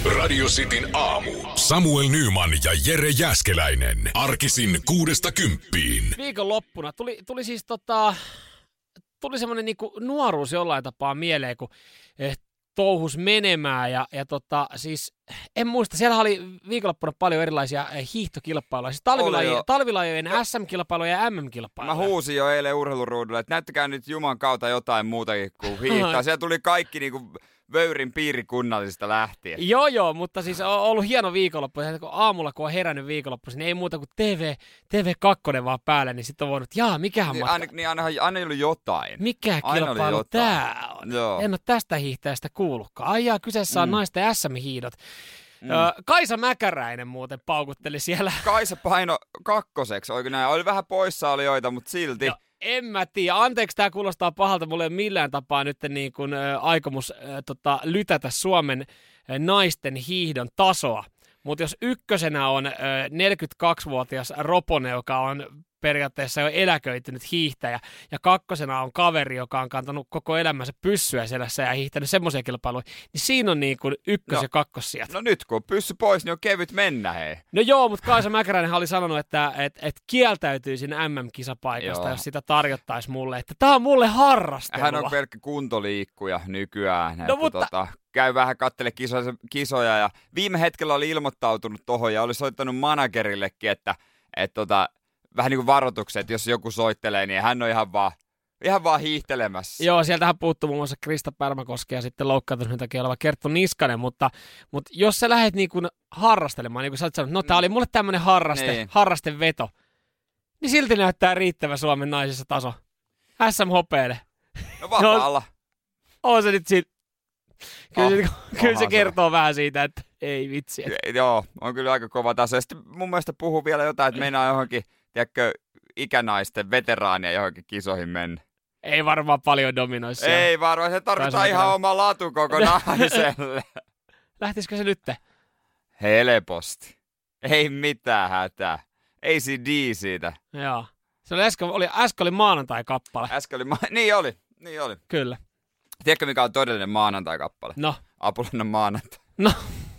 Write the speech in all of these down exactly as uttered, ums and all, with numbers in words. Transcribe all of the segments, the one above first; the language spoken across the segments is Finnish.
Radio Cityn aamu. Samuel Nyman ja Jere Jääskeläinen. Arkisin kuudesta kymppiin. Viikonloppuna tuli, tuli siis tota, tuli semmoinen niinku nuoruus jollain tapaa mieleen, kun eh, touhus menemään ja, ja tota, siis en muista, siellä oli viikonloppuna paljon erilaisia eh, hiihtokilpailuja, siis talvilaji, talvilajojen S M-kilpailuja ja M M-kilpailuja. Mä huusin jo eilen urheiluruudulla, että näyttäkää nyt Juman kautta jotain muutakin kuin hiihtaa. Siellä tuli kaikki niinku Vöyrin piirikunnallisista lähtien. Joo, joo, mutta siis on ollut hieno viikonloppu. Kun aamulla, kun on herännyt viikonloppuisin, niin ei muuta kuin T V, T V kaksi vaan päälle, niin sitten on voinut, jaa, mikähän niin, matka. Aina, niin aina, aina ei ollut jotain. Mikä aina kilpailu tää on? Joo. En ole tästä hiihtäjästä kuullutkaan. Ai jaa, kyseessä on mm. naisten S M-hiidot. Mm. Ö, Kaisa Mäkäräinen muuten paukutteli siellä. Kaisa paino kakkoseksi, oikein näin. Oli vähän poissaolijoita, mutta silti. No, en mä tiedä. Anteeksi, tää kuulostaa pahalta. Mulla ei ole millään tapaa nyt niin kuin, ä, aikomus ä, tota, lytätä Suomen ä, naisten hiihdon tasoa. Mutta jos ykkösenä on ä, neljäkymmentäkaksivuotias Roponen, joka on periaatteessa jo eläköitynyt hiihtäjä, ja kakkosena on kaveri, joka on kantanut koko elämänsä pyssyä selässä ja hiihtänyt semmoisia kilpailuja, niin siinä on niin kuin ykkös- no, ja kakkossijat. No nyt kun on pyssy pois, niin on kevyt mennä, hei. No joo, mutta Kaisa Mäkäräinen oli sanonut, että et, et kieltäytyisin M M-kisapaikasta, joo, jos sitä tarjottaisi mulle, että tää on mulle harrastelua. Hän on pelkkä kuntoliikkuja nykyään. No, että mutta tota, käy vähän kattele kisoja, kisoja ja viime hetkellä oli ilmoittautunut tohon ja oli soittanut managerillekin, että et tota, vähän niin kuin varoitukset, että jos joku soittelee, niin hän on ihan vaan, ihan vaan hiihtelemässä. Joo, sieltähän puuttuu muun muassa Krista Pärmäkoski ja sitten loukkaantumisen takia oleva Kerttu Niskanen, mutta, mutta jos sä lähdet niin kuin harrastelemaan, niin kuin sä oot sanonut, no tää oli mulle tämmönen harraste, niin. harrasteveto, niin silti näyttää riittävä Suomen naisissa taso. S M-hopeille. No vapaalla. No, on se nyt siitä. Kyllä, oh, se, kyllä se kertoo vähän siitä, että ei vitsi. Että. Joo, on kyllä aika kova taso. Ja sitten mun mielestä puhuu vielä jotain, että meinaa johonkin, tiedätkö, ikänaisten veteraania johonkin kisoihin mennä. Ei varmaan paljon dominoissa. Ei varmaan, se tarvitaan ihan oma latu koko naiselle. Lähtisikö se nytte? Helposti. Ei mitään hätää. A C D siitä. Joo. Se oli äsken oli, äsken oli maanantai-kappale. Äsken oli, ma- niin oli, niin oli. Kyllä. Tiedätkö mikä on todellinen maanantai-kappale? No. Apulannan maanantai. No.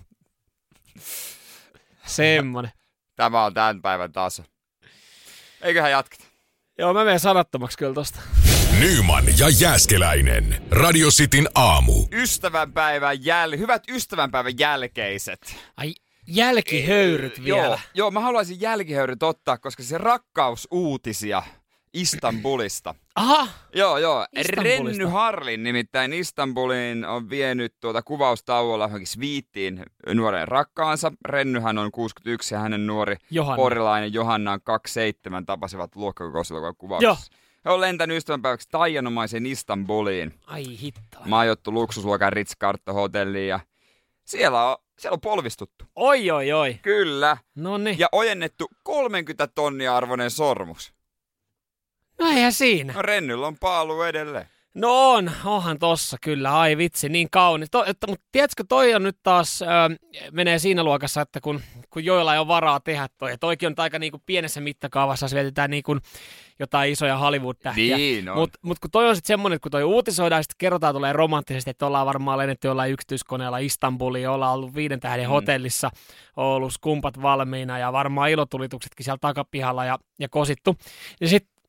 Semmonen. Tämä on tämän päivän taso. Eiköhän jatketa. Joo, mä menen sanattomaksi kyllä tosta. Nyman ja Jääskeläinen. Radio Cityn aamu. Ystävänpäivän jäl... Hyvät ystävänpäivän jälkeiset. Ai, jälkihöyryt e- vielä. Joo, joo, mä haluaisin jälkihöyryt ottaa, koska se rakkausuutisia Istanbulista. Aha! Joo, joo. Renny Harlin nimittäin Istanbuliin on vienyt tuota kuvaustauolla johonkin sviittiin nuoren rakkaansa. Rennyhän on kuusikymmentäyksi ja hänen nuori Johanna. porilainen Johanna on kaksikymmentäseitsemän, tapasivat luokkakokoisella kuvauksessa. Joo. He on lentänyt ystävänpäiväksi taianomaiseen Istanbuliin. Ai hittala. Majoittu luksusluokan Ritz-Carlton-hotelliin ja siellä on, siellä on polvistuttu. Oi, oi, oi. Kyllä. Noniin. Ja ojennettu kolmekymmentä tonnia arvoinen sormus. No eihän siinä. No Rennyllä on paalu edelleen. No on, onhan tossa kyllä, ai vitsi, niin kaunis. To, että, mutta tiedätkö, toi on nyt taas, ö, menee siinä luokassa, että kun, kun joilla ei ole varaa tehdä toi, ja toikin on aika niin kuin pienessä mittakaavassa, jos vietetään niin kuin jotain isoja Hollywood-tähtiä. Niin on. Mutta mut kun toi on sitten semmoinen, että kun toi uutisoidaan, sitten kerrotaan tulee romanttisesti, että ollaan varmaan lennetty jollain yksityiskoneella Istanbuliin, ollaan ollut viiden tähden mm. hotellissa, on ollut skumpat valmiina ja varmaan ilotulituksetkin siellä takapihalla ja, ja kosittu. Ja sitten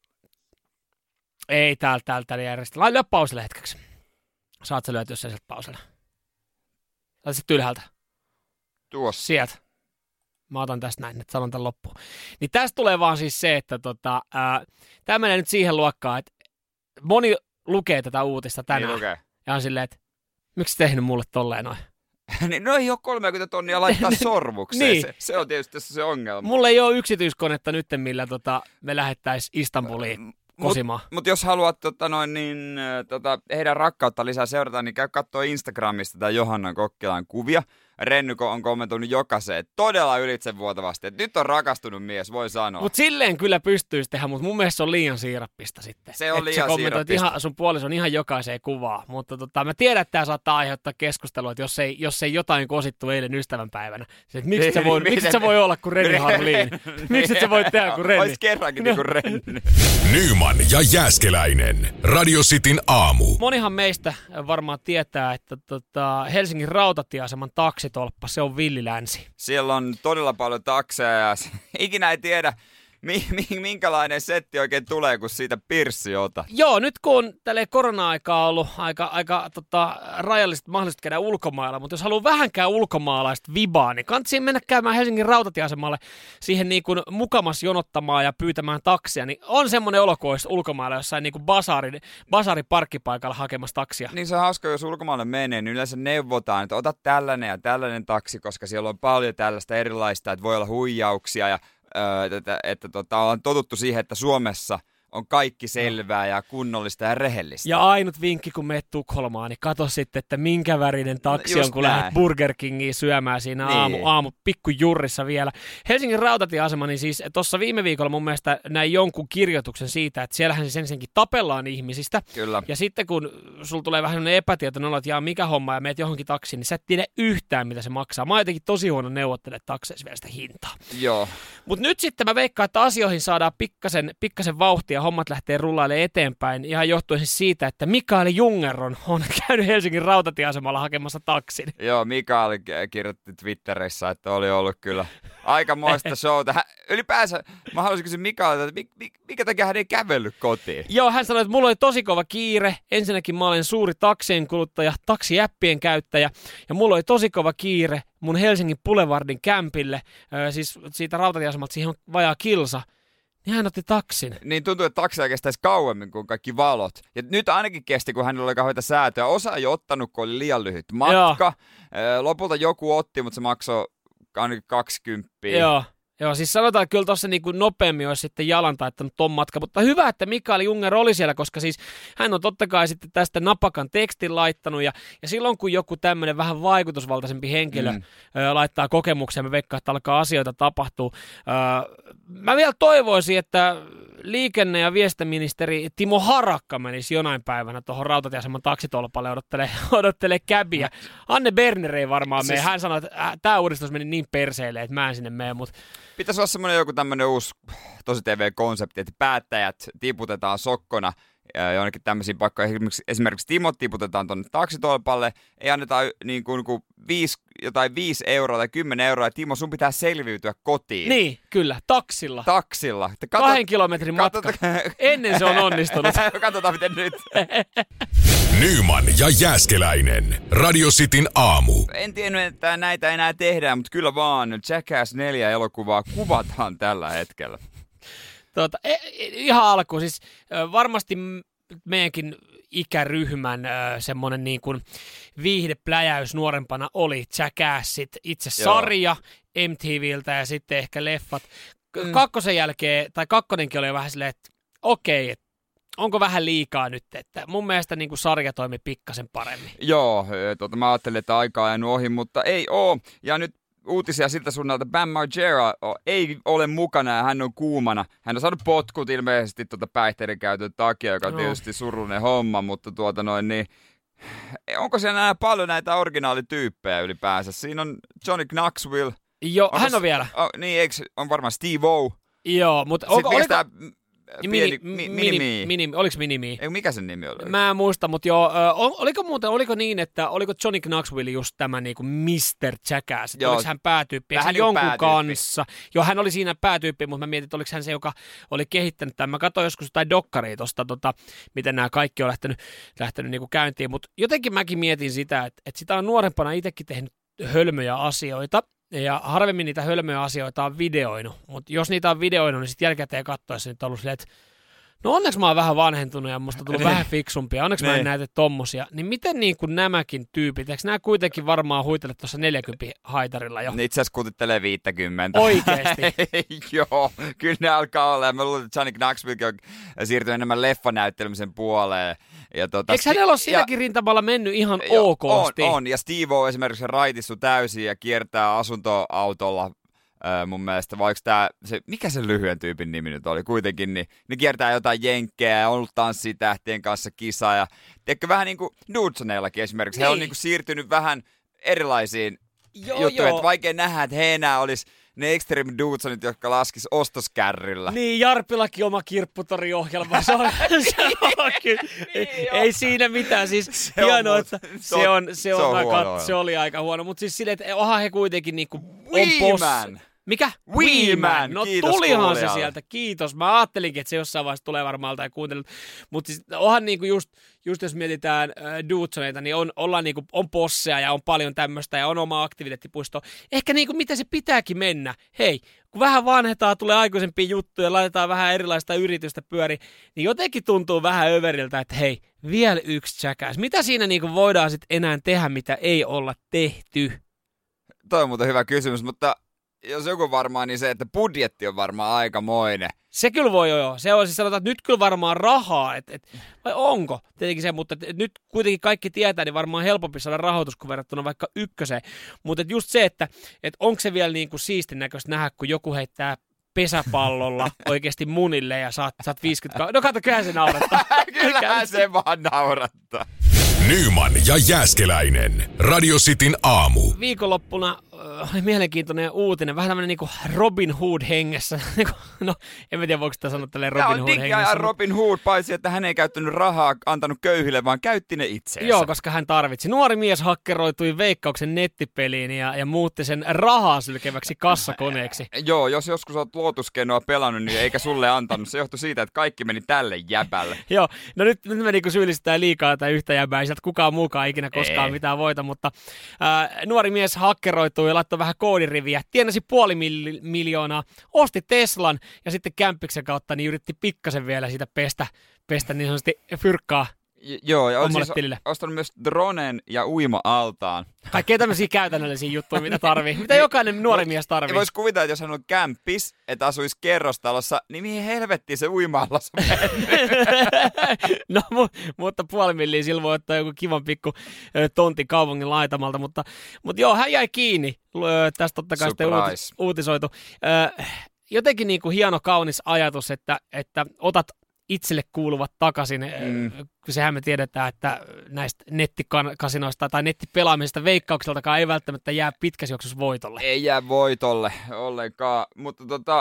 ei täältä, täältä, täältä järjestä. Laita pausille hetkeksi. Saat sä lyötyä sen sieltä pausille. Laita sitten ylhäältä. Tuossa. Sieltä. Mä otan tästä näin, että sanon tämän loppuun. Niin tästä tulee vaan siis se, että tota, tämä menee nyt siihen luokkaan, että moni lukee tätä uutista tänään. Niin lukee. Ja on silleen, että miksi tehnyt mulle tolleen noin? Niin, no ei ole kolmekymmentä tonnia laittaa sormukseen. niin. se, se on tietysti tässä se ongelma. Mulla ei ole yksityiskonetta nyt, millä tota, me lähettäisiin Istanbuliin. Mutta mut jos haluat tota noin, niin, tota, heidän rakkautta lisää seurata, niin käy katsoa Instagramista tätä Johanna Kokkelan kuvia. Renny on kommentoinut jokaiseen todella ylitsevuotavasti, että nyt on rakastunut mies, voi sanoa. Mutta silleen kyllä pystyisi tehdä, mutta mun mielestä se on liian siirappista sitten. Se on et liian siirappista. Ihan, sun puoliso on ihan jokaiseen kuvaa, mutta tota, mä tiedän, että tämä saattaa aiheuttaa keskustelua, että jos ei, jos ei jotain kosittu eilen ystävänpäivänä, se, että miksi, se voi, miksi se voi olla kuin Renny Harlin? Miksi se voi tehdä kuin Renny? Ois kerrankin niin kuin Renny. Nyman ja Jääskeläinen. Radio Cityn aamu. Monihan meistä varmaan tietää, että tota, Helsingin rautatieaseman taksit taksitolppa, se on villilänsi. Siellä on todella paljon takseja ja ikinä ei tiedä, minkälainen setti oikein tulee, kun siitä pirssi otat. Joo, nyt kun on tälle korona-aikaa ollut aika, aika tota, rajallisesti mahdollista käydä ulkomailla, mutta jos haluaa vähänkään ulkomaalaista vibaa, niin kannattaa mennä käymään Helsingin rautatieasemalle siihen niin kuin mukamas jonottamaan ja pyytämään taksia, niin on semmoinen olo, kun olisi ulkomailla jossain niin kuin basarin, basarin parkkipaikalla hakemassa taksia. Niin se on hauska, jos ulkomaille menee, niin yleensä neuvotaan, että ota tällainen ja tällainen taksi, koska siellä on paljon tällaista erilaista, että voi olla huijauksia ja Öö, että, että tota, on totuttu siihen, että Suomessa on kaikki selvää ja kunnollista ja rehellistä. Ja ainut vinkki, kun menet Tukholmaan, niin katso sitten, että minkä värinen taksi no, on, kun näin. Lähdet Burger Kingiin syömään siinä niin. aamu, aamu pikkujurrissa vielä. Helsingin rautatieasema, niin siis tuossa viime viikolla mun mielestä näin jonkun kirjoituksen siitä, että siellähän siis ensinnäkin tapellaan ihmisistä. Kyllä. Ja sitten kun sulla tulee vähän sellainen epätietoinen olo, että jaa, mikä homma, ja meet johonkin taksiin, niin sä et tiedä yhtään, mitä se maksaa. Mä oon jotenkin tosi huono neuvottelemaan takseissa vielä sitä hintaa. Joo. Mutta nyt sitten mä veikkaan, että asioihin saadaan pikkasen, pikkasen vauhtia, hommat lähtee rullailemaan eteenpäin, ihan johtuen siis siitä, että Mikael Jungeron on käynyt Helsingin rautatieasemalla hakemassa taksin. Joo, Mikael kirjoitti Twitterissä, että oli ollut kyllä aikamoista showta. Hän, ylipäänsä mä haluaisin kysyä Mikaelta, että mikä takia hän ei kävellyt kotiin? Joo, hän sanoi, että mulla oli tosi kova kiire. Ensinnäkin mä olen suuri taksien kuluttaja, taksijäppien käyttäjä, ja mulla oli tosi kova kiire mun Helsingin Boulevardin kämpille, äh, siis siitä rautatieasemalta siihen on vajaa kilsa. Niin hän otti taksin. Niin tuntuu, että taksia kestäisi kauemmin kuin kaikki valot. Ja nyt ainakin kesti, kun hänellä oli kauheita säätöjä. Osa ei ottanut, kun oli liian lyhyt matka. Joo. Lopulta joku otti, mutta se maksoi ainakin kaksikymppiä. Joo. Joo, siis sanotaan, että kyllä tuossa niin kuin nopeammin olisi sitten jalan taittanut ton matka, mutta hyvä, että Mikael Junger oli siellä, koska siis hän on totta kai sitten tästä napakan tekstin laittanut, ja, ja silloin kun joku tämmöinen vähän vaikutusvaltaisempi henkilö mm. ö, laittaa kokemuksia, me veikkaan, että alkaa asioita tapahtua. Ö, mä vielä toivoisin, että liikenne- ja viestintäministeri Timo Harakka menisi jonain päivänä tuohon rautatieaseman taksitolpalle odottelee, odottelee käbiä. Anne Berner ei varmaan siis... mene. Hän sanoi, että tämä uudistus meni niin perseille, että mä en sinne mene, mutta pitäisi olla semmoinen joku tämmöinen uusi tosi T V-konsepti, että päättäjät tiputetaan sokkona jonnekin tämmöisiin paikkoihin. Esimerkiksi, esimerkiksi Timot tiputetaan tuonne taksitolpalle, ei anneta niin kuin, kuin viisi, jotain viisi euroa tai kymmenen euroa, ja Timo, sun pitää selviytyä kotiin. Niin, kyllä, taksilla. Taksilla. Katot, Kahden kilometrin matka. Katot, Ennen se on onnistunut. Katsotaan, miten nyt. Nyman ja Jääskeläinen. Radio Cityn aamu. En tiennyt, että näitä enää tehdään, mutta kyllä vaan Jackass neljä elokuvaa kuvataan tällä hetkellä. Tuota, e, ihan alkuun, siis varmasti meidänkin ikäryhmän semmoinen niin kuin viihdepläjäys nuorempana oli Jackassit, itse sarja M T V:ltä ja sitten ehkä leffat. Mm. Kakkosen jälkeen, tai kakkonenkin oli jo vähän silleen, että okei, että onko vähän liikaa nyt, että mun mielestä niin kuin sarja toimi pikkasen paremmin. Joo, tuota, mä ajattelin, että aika on jäänyt ohi, mutta ei oo. Ja nyt uutisia siltä suunnalta, Bam Margera ei ole mukana ja hän on kuumana. Hän on saanut potkut ilmeisesti tuota päihteiden käytön takia, joka on no. tietysti surullinen homma, mutta tuota noin niin, onko siellä enää paljon näitä originaalityyppejä ylipäänsä? Siinä on Johnny Knoxville. Joo, onko hän on vielä. Oh, niin, eikö, on varmaan Steve-O. Joo, mutta onko, oliko... Tämä, pieni, mini, minimi. Minimi. Minimi. Oliko Minimi? Ei, mikä sen nimi oli? Mä en muista, mutta joo, oliko muuten, oliko niin, että oliko Johnny Knoxville just tämä niinku mister Jackass? Joo. Oliko hän päätyyppi? Eikö hän jonkun päätyyppi. Kanssa? Joo, hän oli siinä päätyyppi, mutta mä mietin, että oliko hän se, joka oli kehittänyt tämän. Mä katsoin joskus jotain dokkaria tosta, tota, miten nämä kaikki on lähtenyt, lähtenyt niinku käyntiin, mutta jotenkin mäkin mietin sitä, että, että sitä on nuorempana itsekin tehnyt hölmöjä asioita. Ja harvemmin niitä hölmöjä asioita on videoinut, mutta jos niitä on videoinut, niin sitten jälkikäteen katsoessa nyt on ollut silleen, että no onneksi mä oon vähän vanhentunut ja musta on tullut vähän fiksumpia, onneksi mä en näitä tommosia. Niin miten niin kuin nämäkin tyypit, eikö nämä kuitenkin varmaan huitele tuossa neljäkymmentä haitarilla jo? Itse asiassa kutittelee viisikymmentä. Oikeesti? Joo, kyllä ne alkaa olla. Ja mä luulen, että Johnny Knoxville on siirtynyt enemmän leffanäyttelemisen puoleen. Ja tota, eikö hänellä ole silläkin ja, rintamalla mennyt ihan jo, okosti? On, on, ja Steve-O esimerkiksi raitissu täysin ja kiertää asuntoautolla. Öö, mun mielestä, vaikka tää, se, mikä se lyhyen tyypin nimi nyt oli kuitenkin, niin ne kiertää jotain jenkkejä ja on ollut tanssitähtien kanssa kisaa ja tiedätkö vähän niin kuin Dudesoneillakin esimerkiksi, niin. He on niin kuin siirtynyt vähän erilaisiin joo, juttuihin, että vaikea nähdä, että he enää olisi ne Extreme Dudesonit, jotka laskis ostoskärryllä. Niin, Jarpillakin oma kirpputoriohjelma. Se on, se on kyllä. Ei, ei siinä mitään. Siis se hienoa, on, että se, on, se, on, se, on, on kat, se oli aika huono. Mutta siis silleen, että onhan he kuitenkin niinku on possi. Mikä? Weeman! No kiitos tulihan kuulijalle. se sieltä, kiitos. Mä ajattelinkin, että se jossain vaiheessa tulee varmaan tai kuuntelut. Mutta siis onhan niinku just, just jos mietitään äh, Dudesoneita, niin on, ollaan niinku, on posseja ja on paljon tämmöistä ja on oma aktiviteettipuisto. Ehkä niinku mitä se pitääkin mennä. Hei, kun vähän vanhetaan, tulee aikuisempia juttuja, laitetaan vähän erilaista yritystä pyöri, niin jotenkin tuntuu vähän överiltä, että hei, vielä yksi jackass. Mitä siinä niinku voidaan sitten enää tehdä, mitä ei olla tehty? Toi on muuten hyvä kysymys, mutta jos joku varmaan, niin se, että budjetti on varmaan aikamoinen. Se kyllä voi joo. Se on siis sanotaan, että nyt kyllä varmaan rahaa, et, et, vai onko? Tietenkin se, mutta et, et nyt kuitenkin kaikki tietää, niin varmaan helpompi saada rahoitus kuin verrattuna vaikka ykköseen. Mutta et just se, että et onko se vielä niinku siistin näköistä nähdä, kun joku heittää pesäpallolla oikeasti munille ja saat, saat viisikymmentä... No kato, kyllähän se naurattaa. Kyllähän se vaan naurattaa. Nyman ja Jääskeläinen. Radio Cityn aamu. Viikonloppuna äh, oli mielenkiintoinen uutinen. Vähän tämmöinen niinku Robin Hood hengessä. No, en tiedä, voiko sitä sanoa tälleen Robin Hood hengessä. Tämä on Robin Hood, paitsi että hän ei käyttänyt rahaa, antanut köyhille, vaan käytti ne itseensä. Joo, koska hän tarvitsi. Nuori mies hakkeroitui Veikkauksen nettipeliin ja, ja muutti sen rahaa sylkeväksi kassakoneeksi. Joo, jos joskus olet luotuskenoa pelannut, niin eikä sulle antanut. Se johtui siitä, että kaikki meni tälle jäbälle. Joo, no nyt, nyt me niinku syyllistetään liikaa tai yhtä jäbää. Ei sieltä kukaan muukaan ikinä koskaan ei. mitään voita, mutta ää, nuori mies hakkeroitui ja laittoi vähän koodiriviä. Tienasi puoli mil- miljoonaa, osti Teslan ja sitten kämppiksen kautta niin yritti pikkasen vielä siitä pestä, pestä niin sanotusti fyrkkaa. J- joo, ja on siis tilille. ostanut myös dronen ja uima-altaan. Kaikkea tämmöisiä käytännöllisiä juttuja, mitä tarvii. Mitä jokainen nuori mies tarvii. Voisi kuvitella, että jos hän on kämppis, että asuisi kerrostalossa, niin mihin helvettiin se uima-allas on mennyt? No, mu- mutta puoli milliä sillä voi ottaa joku kivan pikku ö, tontti kaupungin laitamalta. Mutta, mutta joo, hän jäi kiinni. Ö, tästä totta kai sitten uutis- uutisoitu. Ö, jotenkin niin kuin hieno, kaunis ajatus, että, että otat itselle kuuluvat takaisin. Mm. Sehän me tiedetään, että näistä nettikasinoista tai nettipelaamisesta Veikkaukseltakaan ei välttämättä jää pitkässä juoksussa voitolle. Ei jää voitolle ollenkaan, mutta tota,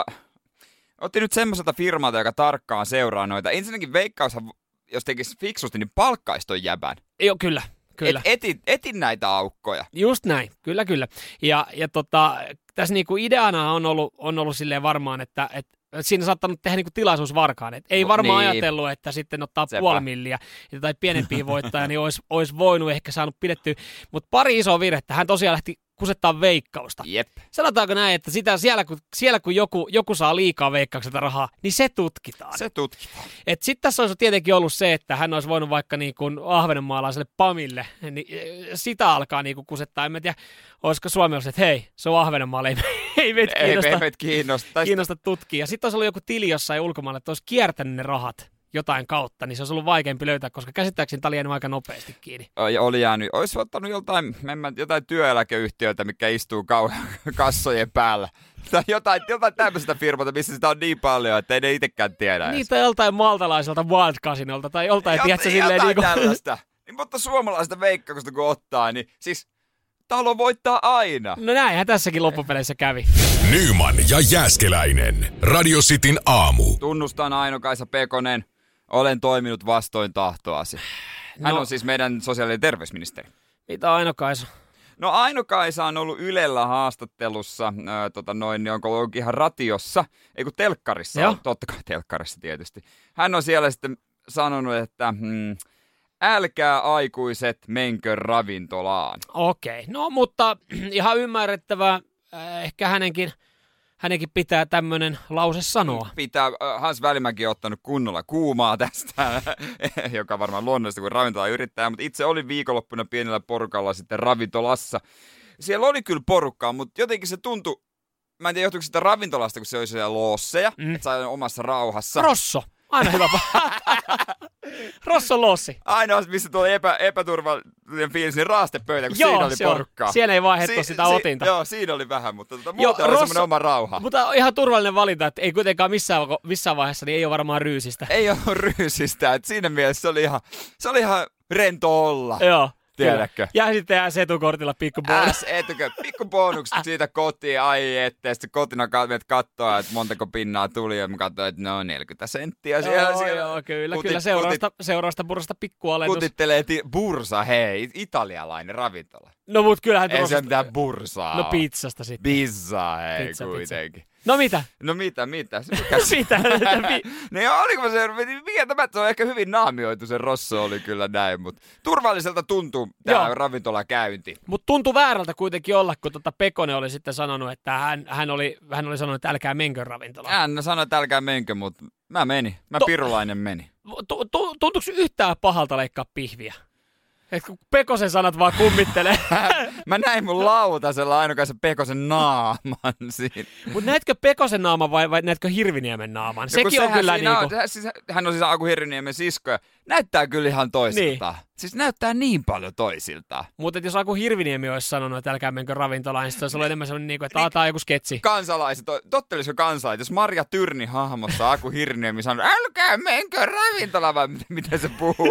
otti nyt semmoiselta firmalta, joka tarkkaan seuraa noita. Ensinnäkin Veikkaushan, jos tekisi fiksusti, niin palkkaisi ton jäbän. Joo, kyllä. Kyllä. Et etin, etin näitä aukkoja. Just näin, kyllä kyllä. Ja, ja tota, tässä niinku ideana on ollut, on ollut silleen varmaan, että et siinä saattanut tehdä niinku tilaisuusvarkaan. Et ei varmaan niin. ajatellut, että sitten ottaa Sepä. puoli milliä tai pienempiä voittajia, niin olisi, olisi voinut ehkä saanut pidettyä. Mutta pari isoa virhettä. Hän tosiaan lähti kusettaa Veikkausta. Jep. Sanotaanko näin, että sitä siellä kun, siellä kun joku, joku saa liikaa Veikkaukselta rahaa, niin se tutkitaan. Se tutkitaan. Sitten tässä olisi tietenkin ollut se, että hän olisi voinut vaikka niin kuin ahvenanmaalaiselle Pamille, niin sitä alkaa niin kuin kusettaa. En tiedä, olisiko Suomi ollut, että hei, se on Ahvenanmaalle, ei, ei meitä kiinnosta, ei, kiinnosta. kiinnosta tutkia. Sitten olisi ollut joku tili jossain ulkomailla, että olisi kiertänyt ne rahat jotain kautta, niin se olisi ollut vaikeampi löytää, koska käsittääkseni tämä oli jäänyt aika nopeasti kiinni. Ja oli jäänyt. Olisi ottanut jotain, jotain työeläkeyhtiöitä, mikä istuu kau- kassojen päällä. Tai jotain, jotain tämmöistä firmata, missä sitä on niin paljon, että ei ne itsekään tiedä. Niin, tai joltain maltalaiselta Wild Casinolta, tai joltain, tiedätkö, silleen jotain niin kuin tällaista. Niin, mutta suomalaista Veikkausta kun ottaa, niin siis talo voittaa aina. No näinhän tässäkin loppupeleissä kävi. Nyman ja Jääskeläinen. Radio Cityn aamu. Tunnustan Aino-Kaisa Pekonen. Olen toiminut vastoin tahtoasi. Hän No. on siis meidän sosiaali- ja terveysministeri. Mitä Aino-Kaisa? No Aino-Kaisa on ollut Ylellä haastattelussa, äh, tota noin, niin onko ollut ihan ratiossa, ei kun telkkarissa, Joo. on, totta kai telkkarissa tietysti. Hän on siellä sitten sanonut, että mm, älkää aikuiset menkö ravintolaan. Okei, no mutta ihan ymmärrettävää, äh, ehkä hänenkin, hänenkin pitää tämmöinen lause sanoa. Pitää, äh, Hans Välimäki on ottanut kunnolla kuumaa tästä, joka varmaan luonnollista kuin ravintola yrittää, mutta itse olin viikonloppuna pienellä porukalla sitten ravintolassa. Siellä oli kyllä porukkaa, mutta jotenkin se tuntui, mä en tiedä johtuiko sitä ravintolasta, kun se oli siellä loosseja, mm. että sai omassa rauhassa. Rosso, aina hyvä. Rosso lossi. Ainoa, missä tuli epä, epäturvallinen fiilis, niin raastepöytä, kun Joo, siinä oli se on. porukkaa. Siellä ei vaihdettu Si- sitä si- otinta. Joo, siinä oli vähän, mutta tota, Joo, muuten oli Rosso- semmoinen oma rauha. Mutta ihan turvallinen valinta, että ei kuitenkaan missään, missään vaiheessa niin ei ole varmaan ryysistä. Ei ollut ryysistä, että siinä mielessä se oli ihan, se oli ihan rento olla. Joo. Tiedätkö? Ja sitten jää etukortilla pikku bonus. S-etukö, pikku bonukset siitä kotiin, ai ettei. Sitten kotina menet katsoa, että montako pinnaa tuli. Ja mä katsoin, että no neljäkymmentä senttiä siellä. Joo, siellä. joo, kyllä. Kutit, kyllä seuraavasta, seuraavasta burrasta pikkualennus. Kutittelee ti- bursa, hei, italialainen ravintola. No mut kyllähän... Ei se mitään bursaa. No pizzasta sitten. Pizza, hei, pizza, kuitenkin. Pizza. No mitä? No mitä, mitä? mitä? No oliko se, mikä tämä, se on ehkä hyvin naamioitu, se Rosso oli kyllä näin, mutta turvalliselta tuntuu tämä ravintolakäynti. Mutta tuntui väärältä kuitenkin olla, kun tota Pekonen oli sitten sanonut, että hän, hän, oli, hän oli sanonut, että älkää menkö ravintolaan. Hän sanoi, että älkää menkö, mutta mä menin. Mä to, Pirulainen meni. Tu, tu, tuntuuko yhtään pahalta leikkaa pihviä? Et kun Pekosen sanat vaan kummittelee. Mä näin mun lautasella ainokaisen Pekosen naaman siinä. Mut näetkö Pekosen naaman vai, vai näetkö Hirviniemen naaman? No, sekin on kyllä niinku... On, siis, hän on siis Aku Hirviniemen sisko ja näyttää kyllä ihan toisiltaan. Niin. Siis näyttää niin paljon toisiltaan. Mutta jos Aku Hirviniemi olisi sanonut, että älkää menkö ravintolaan, niin se olisi ollut enemmän sellainen, niinku, että niin, tää on joku sketsi. Kansalaiset, tottelisiko kansalaiset? Jos Marja Tyrni hahmossa Aku Hirviniemi sanoo, älkää menkö ravintolaan, vai miten se puhuu?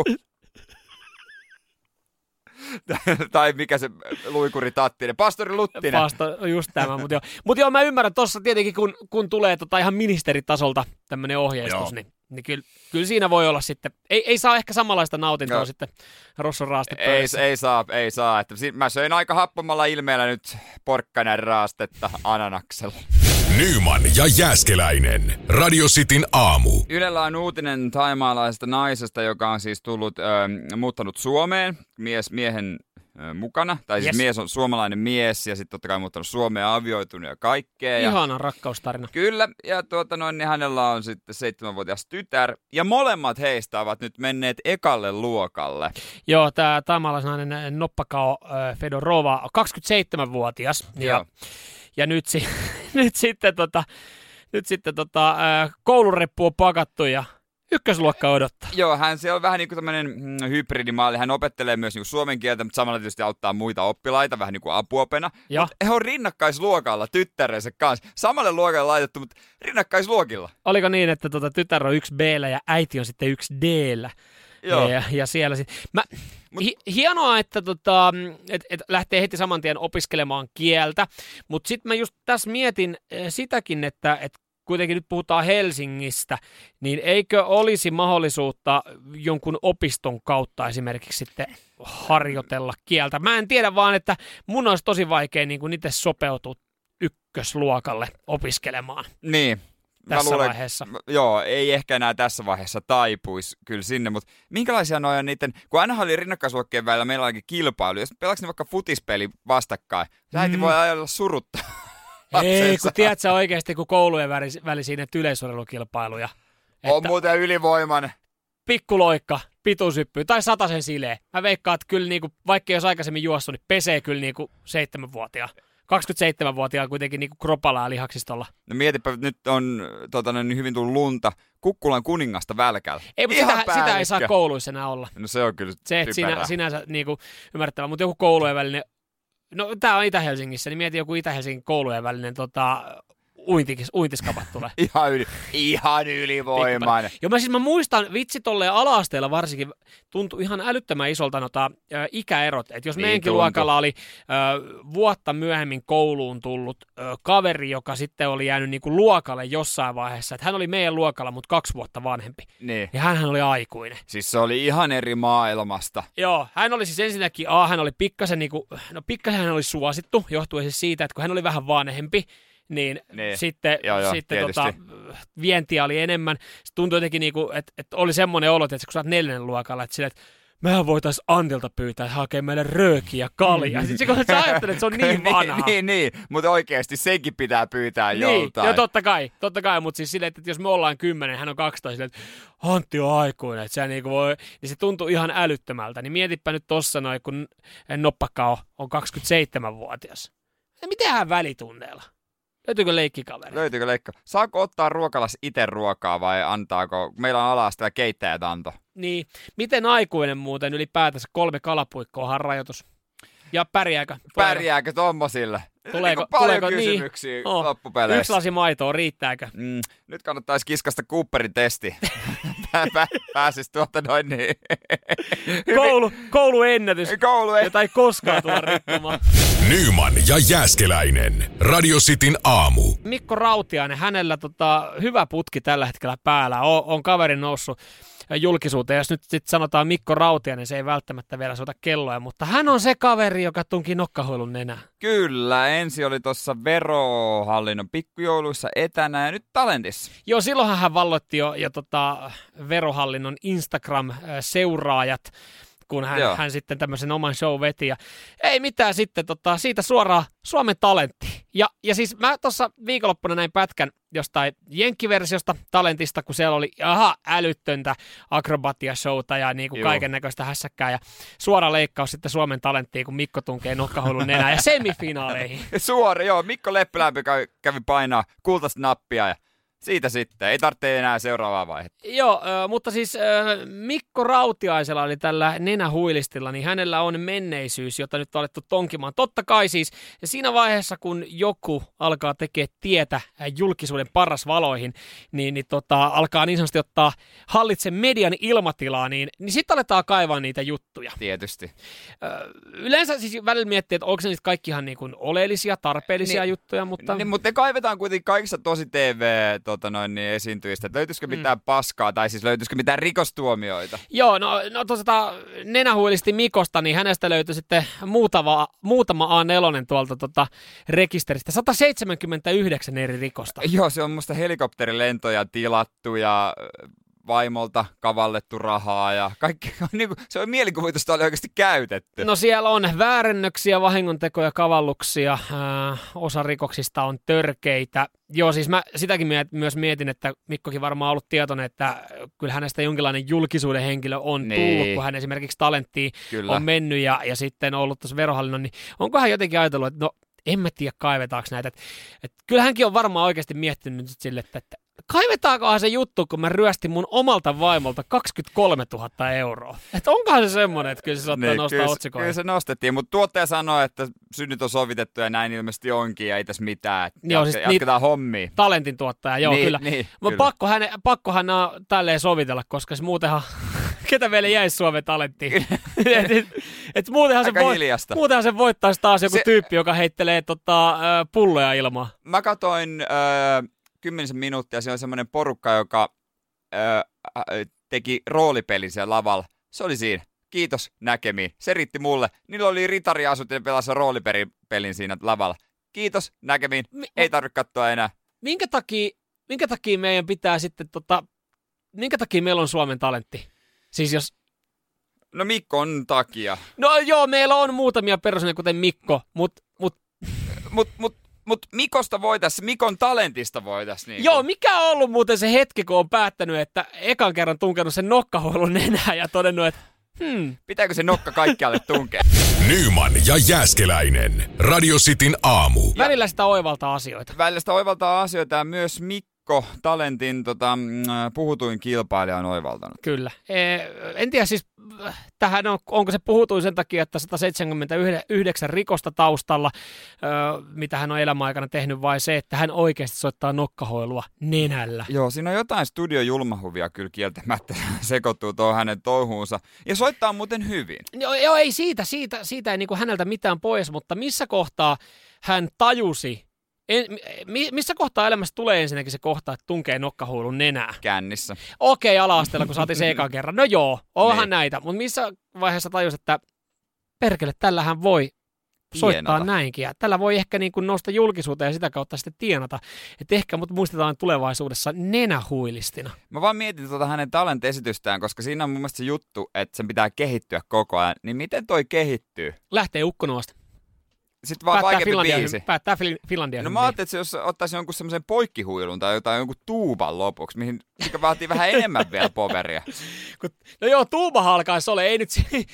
Tai mikä se luikuri Tattinen, pastori Luttinen. Pastor, just tämä, mutta joo. Mut joo, mä ymmärrän tossa tietenkin, kun, kun tulee tota ihan ministeritasolta tämmönen ohjeistus, niin, niin kyllä, kyllä siinä voi olla sitten, ei, ei saa ehkä samanlaista nautintoa joo. sitten Rosson raastepöydässä. Ei, ei saa, ei saa. Että mä söin aika happamalla ilmeellä nyt porkkanan raastetta ananaksella. Nyman ja Jääskeläinen. Radio Cityn aamu. Ylellä on uutinen thaimaalaisesta naisesta, joka on siis tullut, äh, muuttanut Suomeen mies, miehen äh, mukana. Tai siis yes. mies on suomalainen mies ja sitten totta kai muuttanut Suomeen, avioitunut ja kaikkea. Ihana ja... rakkaustarina. Kyllä, ja tuota noin, niin hänellä on sitten seitsemänvuotias tytär. Ja molemmat heistä ovat nyt menneet ekalle luokalle. Joo, tämä thaimaalaisnainen Noppakao äh, Fedorova on kaksikymmentäseitsemänvuotias. Ja, ja nyt si- Nyt sitten, tota, nyt sitten tota, ää, koulureppu on pakattu ja ykkösluokka odottaa. Joo, hän se on vähän niin kuin tämmöinen mm, hybridimalli. Hän opettelee myös niin kuin suomen kieltä, mutta samalla tietysti auttaa muita oppilaita, vähän niin kuin apuopena. Mutta he on rinnakkaisluokalla tyttärensä kanssa. Samalle luokalle laitettu, mutta rinnakkaisluokilla. Oliko niin, että tota, tytär on yksi B-llä ja äiti on sitten yksi D-llä? Ja, ja, ja siellä sitten. Mä, Mut, hi, hienoa, että tota, et, et lähtee heti saman tien opiskelemaan kieltä, mutta sitten mä just tässä mietin sitäkin, että et kuitenkin nyt puhutaan Helsingistä, niin eikö olisi mahdollisuutta jonkun opiston kautta esimerkiksi sitten harjoitella kieltä? Mä en tiedä vaan, että mun olisi tosi vaikea niin kuin itse sopeutua ykkösluokalle opiskelemaan. Niin. Tässä luulen, vaiheessa. Joo, ei ehkä enää tässä vaiheessa taipuisi kyllä sinne, mutta minkälaisia noja niiden, kun aina oli rinnakkaisluokkien välillä meillä olikin kilpailu, jos pelaaks ne vaikka futispeli vastakkain, se äiti mm. voi ajalla suruttaa. Ei, kun tiedät sä oikeasti, kun koulujen välisiä näitä yleisurheilukilpailuja. On muuten ylivoimainen. Pikkuloikka, pituushyppy tai satasen silee. Mä veikkaan, että kyllä niinku, vaikka jos aikaisemmin juossut, niin pesee kyllä niinku seitsemänvuotiaan. kaksikymmentäseitsemänvuotiaan kuitenkin niinku kropalla ja lihaksistolla. No mietipä, nyt on tota, niin hyvin tullut lunta Kukkulan kuningasta Välkällä. Ei, mutta sitä, sitä ei saa kouluissa enää olla. No se on kyllä se, että sinä, sinänsä niinku, ymmärrettävä, mutta joku koulujen välinen, no tää on Itä-Helsingissä, niin mieti joku Itä-Helsingin koulujen välinen tota, uintikis, uintiskapat tulee. ihan, yli, ihan ylivoimainen. Joo, mä siis mä muistan, vitsi tolleen ala-asteella varsinkin tuntui ihan älyttömän isolta nota, ä, ikäerot. Että jos niin meidänkin tuntui. Luokalla oli ä, vuotta myöhemmin kouluun tullut ä, kaveri, joka sitten oli jäänyt niinku luokalle jossain vaiheessa. Että hän oli meidän luokalla, mutta kaksi vuotta vanhempi. Niin. Ja hänhän oli aikuinen. Siis se oli ihan eri maailmasta. Joo, hän oli siis ensinnäkin, a, hän oli pikkasen, niinku, no pikkasen hän oli suosittu, johtuen siis siitä, että kun hän oli vähän vanhempi, niin, niin. sitten, joo, joo, sitten tota, vientiä oli enemmän. Sitten tuntui jotenkin, niinku, että, että oli semmoinen olo, että kun sä oot neljännen luokalla, että, sille, että mehän voitaisiin Antilta pyytää, että hakee meille röökiä ja kaljaa. Sitten kun sä ajattelet, että se on niin vanha. niin, niin, niin, mutta oikeasti senkin pitää pyytää niin, joltain. Joo, totta kai, totta kai, mutta siis silleen, että jos me ollaan kymmenen, hän on kaksitoista, silleen, että Antti on aikuinen, että se, niinku voi, niin se tuntuu ihan älyttömältä. Niin mietipä nyt tossa noin, kun Noppakao on kaksikymmentäseitsemänvuotias. Miten hän välitunneilla? Löytyykö leikkikaveri? Löytyykö leikka? Saako ottaa ruokalas itse ruokaa vai antaako? Meillä on ala-asteella keittäjät anto. Niin. Miten aikuinen muuten ylipäätänsä kolme kalapuikkoahan rajoitus? Ja pärjääkö? Pärjääkö tommosille? Tuleeko, niin paljon tuleeko, kysymyksiä niin, loppupeleissä. Yksi lasi maitoa, riittääkö? Mm, nyt kannattaisi kiskasta Cooperin testi. pääsisi tuota noin niin. Koulu, kouluennätys, Koulu en... jota ei koskaan tulla rikkomaan. Nyman ja Jääskeläinen. Radio Cityn aamu. Mikko Rautiainen, hänellä tota, hyvä putki tällä hetkellä päällä. On, on kaveri noussut julkisuuteen. Jos nyt sitten sanotaan Mikko Rautiainen, se ei välttämättä vielä soita kelloja, mutta hän on se kaveri, joka tunki nokkahuilun nenään. Kyllä, ensi oli tuossa Verohallinnon pikkujouluissa etänä ja nyt Talentissa. Joo, silloinhan hän valloitti jo, jo tota Verohallinnon Instagram-seuraajat, kun hän, hän sitten tämmöisen oman show veti. Ja ei mitään sitten, tota, siitä suoraan Suomen Talentti. Ja, ja siis mä tuossa viikonloppuna näin pätkän jostain jenkkiversiosta Talentista, kun siellä oli aha, älyttöntä akrobatiashowta ja niinku kaiken näköistä hässäkkää. Ja suora leikkaus sitten Suomen Talenttiin, kun Mikko tunkee nokkahuilun nenään ja semifinaaleihin. Suora, joo. Mikko Leppälämpö kävi painaa kultaista nappia ja siitä sitten. Ei tarvitse enää seuraavaa vaihetta. Joo, äh, mutta siis äh, Mikko Rautiaisella oli tällä nenähuilistilla, niin hänellä on menneisyys, jota nyt on alettu tonkimaan. Totta kai siis siinä vaiheessa, kun joku alkaa tekemään tietä julkisuuden parasvaloihin, niin, niin tota, alkaa niin sanotusti ottaa hallitse median ilmatilaa, niin, niin sitten aletaan kaivaa niitä juttuja. Tietysti. Äh, yleensä siis välillä miettii, että onko se nyt kaikki ihan niin kuin oleellisia, tarpeellisia niin, juttuja, mutta... Niin, mutta ne kaivetaan kuitenkin kaikissa tosi T V Tota noin, niin esiintyjistä. Löytyisikö mitään mm. paskaa tai siis löytyisikö mitään rikostuomioita? Joo, no, no tuosta nenähuilisti Mikosta, niin hänestä löytyi sitten muutama, muutama A neljä tuolta tota rekisteristä. sata seitsemänkymmentäyhdeksän eri rikosta. Joo, se on musta helikopterilentoja tilattu ja vaimolta kavallettu rahaa ja kaikki. Niin kuin, se on mielikuvitusta oli oikeasti käytetty. No siellä on väärennöksiä, vahingontekoja, kavalluksia, äh, osa rikoksista on törkeitä. Joo, siis mä sitäkin miet, myös mietin, että Mikkokin varmaan ollut tietoinen, että kyllä hänestä jonkinlainen julkisuuden henkilö on niin tullut, kun hän esimerkiksi Talenttiin kyllä on mennyt ja, ja sitten on ollut tuossa Verohallinnon, niin onko hän jotenkin ajatellut, että no en mä tiedä kaivetaanko näitä. Että, että kyllä hänkin on varmaan oikeasti miettinyt nyt sille, että, että kaivetaankohan se juttu, kun mä ryöstin mun omalta vaimolta kaksikymmentäkolmetuhatta euroa. Että onkohan se semmoinen, että kyllä se saattaa niin, nostaa otsikoja. Kyllä se nostettiin, mutta tuottaja sanoi, että synnit on sovitettu ja näin ilmeisesti onkin ja ei tässä mitään. Joo, siis jatketaan hommia. Talentin tuottaja, joo niin, kyllä. Niin, kyllä. Pakkohan, pakkohan on tälleen sovitella, koska se muutenhan... Ketä vielä jäisi Suomen Talenttiin? et, et, et muutenhan, se voi, muutenhan se voittaisi taas joku se, tyyppi, joka heittelee tota, pulloja ilmaa. Mä katoin äh, kymmenisen minuuttia, siellä oli semmoinen porukka, joka äh, teki roolipelin siellä lavalla. Se oli siinä. Kiitos näkemiin. Se riitti mulle. Niillä oli ritariasut ja pelasi roolipelin siinä lavalla. Kiitos näkemiin. Mi- Ei tarvitse katsoa enää. Minkä takia, minkä takia meidän pitää sitten, tota, minkä takia meillä on Suomen Talentti? Siis jos... No Mikkon takia. No joo, meillä on muutamia persoonia, kuten Mikko, mutta... Mut... mut, mut, mut Mikosta voitais, Mikon Talentista voitais niin. Joo, mikä on ollut muuten se hetki, kun on päättänyt, että ekan kerran tunkenut sen nokkahuilun nenään ja todennut, että hmm. Pitääkö se nokka kaikkialle tunkea? Nyman ja Jääskeläinen. Radio Cityn aamu. Välillä sitä oivaltaa asioita. Välillä sitä oivaltaa asioita ja myös Mikko. Talentin tota, puhutuin kilpailija on oivaltanut. Kyllä. En tiedä siis, tähän on, onko se puhutuin sen takia, että sata seitsemänkymmentäyhdeksän rikosta taustalla, mitä hän on elämäaikana tehnyt, vai se, että hän oikeasti soittaa nokkahoilua nenällä. Joo, siinä on jotain studiojulmahuvia kyllä kieltämättä sekoittuu tuohon hänen touhuunsa. Ja soittaa muuten hyvin. Joo, joo ei siitä, siitä, siitä ei niin kuin häneltä mitään pois, mutta missä kohtaa hän tajusi, En, missä kohtaa elämässä tulee ensinnäkin se kohta, että tunkee nokkahuilun nenää? Kännissä. Okei, ala-asteella, kun saatiin se ekan kerran. No joo, onhan niin näitä. Mutta missä vaiheessa tajus, että perkele, tällähän voi soittaa tienata näinkin. Ja tällä voi ehkä niin kuin nousta julkisuuteen ja sitä kautta sitten tienata. Että ehkä mut muistetaan tulevaisuudessa nenähuilistina. Mä vaan mietin tuota hänen talent-esitystään, koska siinä on mun mielestä se juttu, että sen pitää kehittyä koko ajan. Niin miten toi kehittyy? Lähtee ukkonuosta. Sitten vaan vaikeampi biisi. Päättää Finlandia. No mä ajattelin, että se jos ottaisi jonkun semmoisen poikkihuilun tai jotain jonkun tuuban lopuksi, mihin mikä vaatii vähän enemmän vielä poveria. No joo, tuubahan alkaisi ole. Ei nyt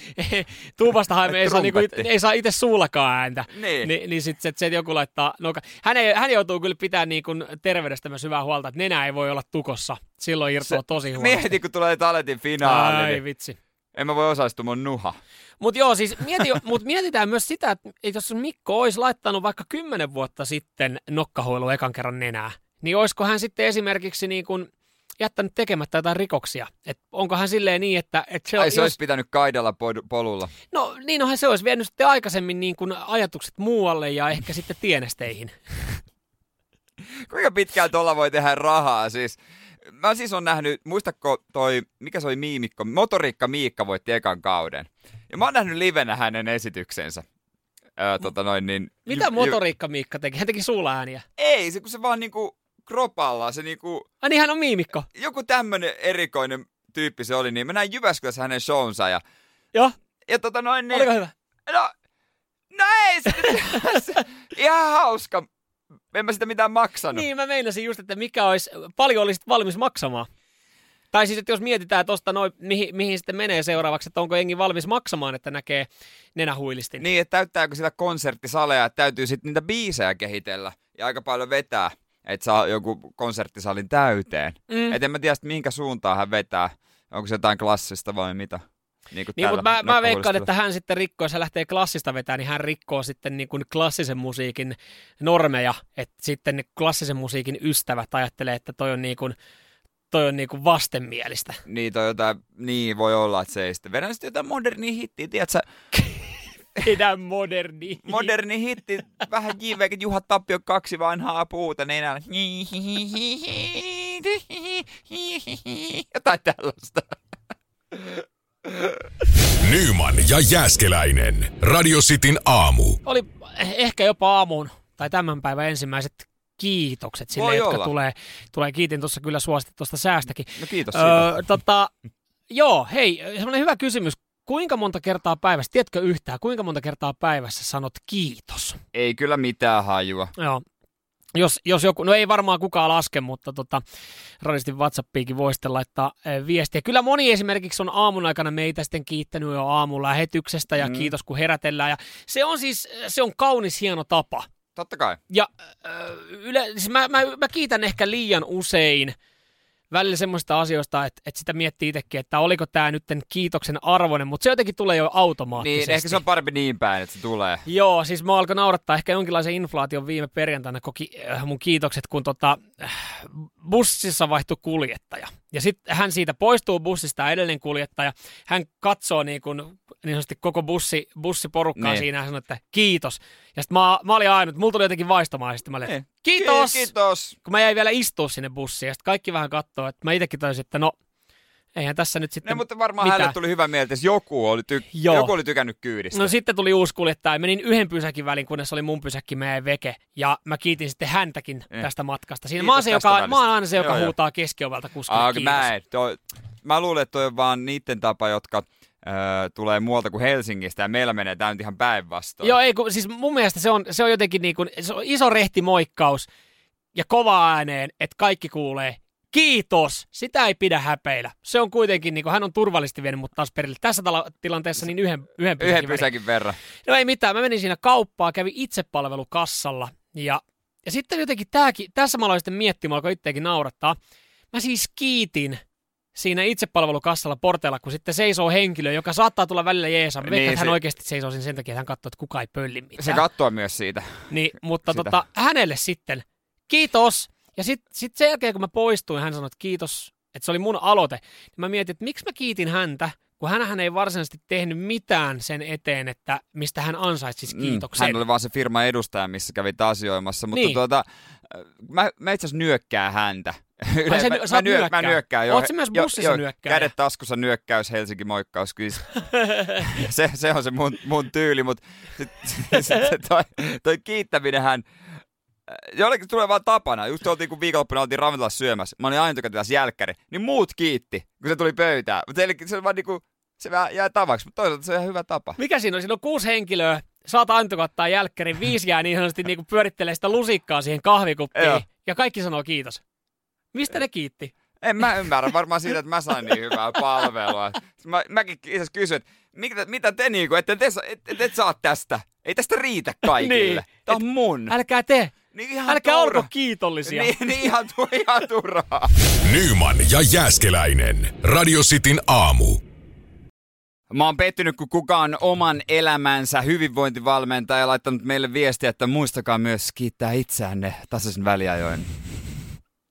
tuubastahan ei saa, niinku, ei saa itse suullakaan ääntä. Niin. Ni, niin sitten sit, sit joku laittaa... No, hän, ei, hän joutuu kyllä pitämään niinku terveydestä myös hyvää huolta, että nenä ei voi olla tukossa. Silloin irtoaa tosi huonosti. Mieti, kun tulee Talentin finaali. Ai niin vitsi. En mä voi osallistua mun nuha. Mutta joo, siis mieti, mut mietitään myös sitä, että jos Mikko olisi laittanut vaikka kymmenen vuotta sitten nokkahuilu ekan kerran nenää, niin olisiko hän sitten esimerkiksi niin kuin jättänyt tekemättä jotain rikoksia. Et onko hän silleen niin, että... Et se, Ai se jos... olisi pitänyt kaidella polulla. No niin onhan se olisi vienyt sitten aikaisemmin niin kuin ajatukset muualle ja ehkä sitten tienesteihin. Kuinka pitkään tuolla voi tehdä rahaa siis? Mä siis on nähnyt, muistatko toi, mikä se oli Miimikko? Motoriikka Miikka voitti ekan kauden. Ja mä oon nähnyt livenä hänen esityksensä. Öö, tota noin, niin, Mitä ju, Motoriikka Miikka teki? Hän teki suulla ääniä. Ei, se kun se vaan niinku kropalla, se niinku... Ai niin, hän on Miimikko. Joku tämmönen erikoinen tyyppi se oli, niin mä näin Jyväskylässä hänen shownsa ja... Joo. Ja tota noin niin... Oliko hyvä? No, no ei se, se ihan hauska. En mä sitä mitään maksanut. Niin, mä meinasin just, että mikä olisi, paljon olisit valmis maksamaan. Tai siis, että jos mietitään tuosta noin, mihin, mihin sitten menee seuraavaksi, että onko jengi valmis maksamaan, että näkee nenähuilistin. Niin, että täyttääkö sitä konserttisaleja, että täytyy sitten niitä biisejä kehitellä ja aika paljon vetää, että saa joku konserttisalin täyteen. Mm. Et en mä tiedä, mihinkä suuntaan hän vetää. Onko se jotain klassista vai mitä? Niin, niin mutta mä, mä veikkaan, että hän sitten rikkoo, jos hän lähtee klassista vetämään, niin hän rikkoo sitten niin kuin klassisen musiikin normeja, että sitten klassisen musiikin ystävät ajattelee, että toi on niin kuin, toi on niin kuin vastenmielistä. Niin, toi jotain, niin voi olla, että se ei sitten vedä sitten jotain modernia hittiä, tiedätkö? Vedä moderni. Moderni hitti, vähän J V, Juha Tapio kaksi vanhaa puuta nenällä. Jotain tällaista. Nyman ja Jääskeläinen. Radio Cityn aamu. Oli ehkä jopa aamuun tai tämän päivän ensimmäiset kiitokset sille, Voi jotka olla. tulee, tulee. Kiitin tuossa kyllä suosittu tuosta säästäkin. No kiitos öö, tota, joo, hei, semmoinen hyvä kysymys. Kuinka monta kertaa päivässä, tiedätkö yhtään, kuinka monta kertaa päivässä sanot kiitos? Ei kyllä mitään hajua. Joo. Jos, jos joku, no ei varmaan kukaan laske, mutta tota, radistin WhatsAppiinkin voi sitten laittaa äh, viestiä. Kyllä moni esimerkiksi on aamun aikana meitä sitten kiittänyt jo aamun lähetyksestä ja mm. kiitos kun herätellään. Ja se on siis, se on kaunis hieno tapa. Totta kai. Ja äh, yle, siis mä, mä, mä kiitän ehkä liian usein välillä semmoista asioista, että, että sitä miettii itsekin, että oliko tämä nyt kiitoksen arvoinen, mutta se jotenkin tulee jo automaattisesti. Niin, ehkä se on parempi niin päin, että se tulee. Joo, siis mä alkoin naurattaa ehkä jonkinlaisen inflaation viime perjantaina koki äh, mun kiitokset, kun tota, äh, bussissa vaihtui kuljettaja. Ja sitten hän siitä poistuu bussista, edellinen kuljettaja. Hän katsoo niin, kuin, niin sanotusti koko bussi, bussiporukkaa niin. Siinä ja sanoi, että kiitos. Ja sitten mä, mä olin ainut, mulla tuli jotenkin vaistomaisesti. Mä olin, että kiitos! Kiitos! Kun mä jäin vielä istua sinne bussiin ja sitten kaikki vähän katsoo, että mä itsekin tajusin, että no, eihän tässä nyt sitten ne, mutta varmaan mitään. hänelle tuli hyvä mieltä, että joku oli, ty- joku oli tykännyt kyydistä. No sitten tuli uusi kuljettaja. Menin yhden pysäkin välin, kunnes oli mun pysäkki, mä jäin veke. Ja mä kiitin sitten häntäkin eh. tästä matkasta. Siinä mä oon, se, joka, mä oon aina se, joka joo, huutaa keskiovelta kuskille Aa, kiitos. Mä, toi, mä luulen, että toi on vaan niiden tapa, jotka öö, tulee muualta kuin Helsingistä ja meillä menee tää nyt ihan päinvastoin. Joo, ei, kun, siis mun mielestä se on, se on jotenkin niin kuin, se on iso rehtimoikkaus ja kova ääneen, että kaikki kuulee. Kiitos! Sitä ei pidä häpeillä. Se on kuitenkin, niin kuin, hän on turvallisesti vienyt mut taas perille. Tässä tala- tilanteessa niin yhden, yhden pysäkin, yhden pysäkin verran. No ei mitään. Mä menin siinä kauppaan, kävin itsepalvelukassalla. Ja, ja sitten jotenkin tääkin, tässä mä aloin sitten miettimään, alkoi itseäkin naurattaa. Mä siis kiitin siinä itsepalvelukassalla porteilla, kun sitten seisoo henkilö, joka saattaa tulla välillä jeesan. Mä veikkaan, niin, että hän se... oikeasti seisoo sen takia, että hän katsoo, että kukaan ei pölli mitään. Se katsoo myös siitä. Niin, mutta tota, hänelle sitten, kiitos! Ja sitten sit sen jälkeen, kun mä poistuin, hän sanoi, että kiitos, että se oli mun aloite. Niin mä mietin, että miksi mä kiitin häntä, kun hänhän ei varsinaisesti tehnyt mitään sen eteen, että mistä hän ansaitsisi kiitoksen. Mm, hän oli vaan se firman edustaja, missä kävit asioimassa. Mutta niin. tuota, mä, mä itse asiassa nyökkään häntä. Ai sä, mä, sä mä, nyö, mä nyökkään. Joo. Oot sä myös bussissa jo, nyökkää? Kädet taskussa nyökkäys, Helsinki moikkaus. se, se on se mun, mun tyyli, mutta toi, toi kiittäminenhän... Jollekin tulee vaan tapana. Just oltiin, kun viikonloppuna oltiin ravintolassa syömässä. Mä olin aina tykätyväs jälkkäri. Niin muut kiitti, kun se tuli pöytään. Mutta se on vaan niinku, se vähän jää tavaksi. Mutta toisaalta se on ihan hyvä tapa. Mikä siinä on? Siinä on kuusi henkilöä. Saat Antti ottaa jälkkärin. Viisi jää niin sanotusti niinku pyörittelee sitä lusikkaa siihen kahvikuppiin. Joo. Ja kaikki sanoo kiitos. Mistä ne kiitti? En mä ymmärrä. Varmaan siitä, että mä sain niin hyvää palvelua. Mä, mäkin itse kysyin, että mitä, mitä te niinku, että te, et, et, et saa tästä. Ei tästä riitä kaikille. Niin. Tää on mun. Älkää te. Niin Älkää turha. Olko kiitollisia. Niin, niin ihan, ihan turhaa. Nyman ja Jääskeläinen. Radio Cityn aamu. Mä oon pettynyt, kun kukaan oman elämänsä hyvinvointivalmentaja laittanut meille viestiä, että muistakaa myös kiittää itseänne tasaisin väliajoin.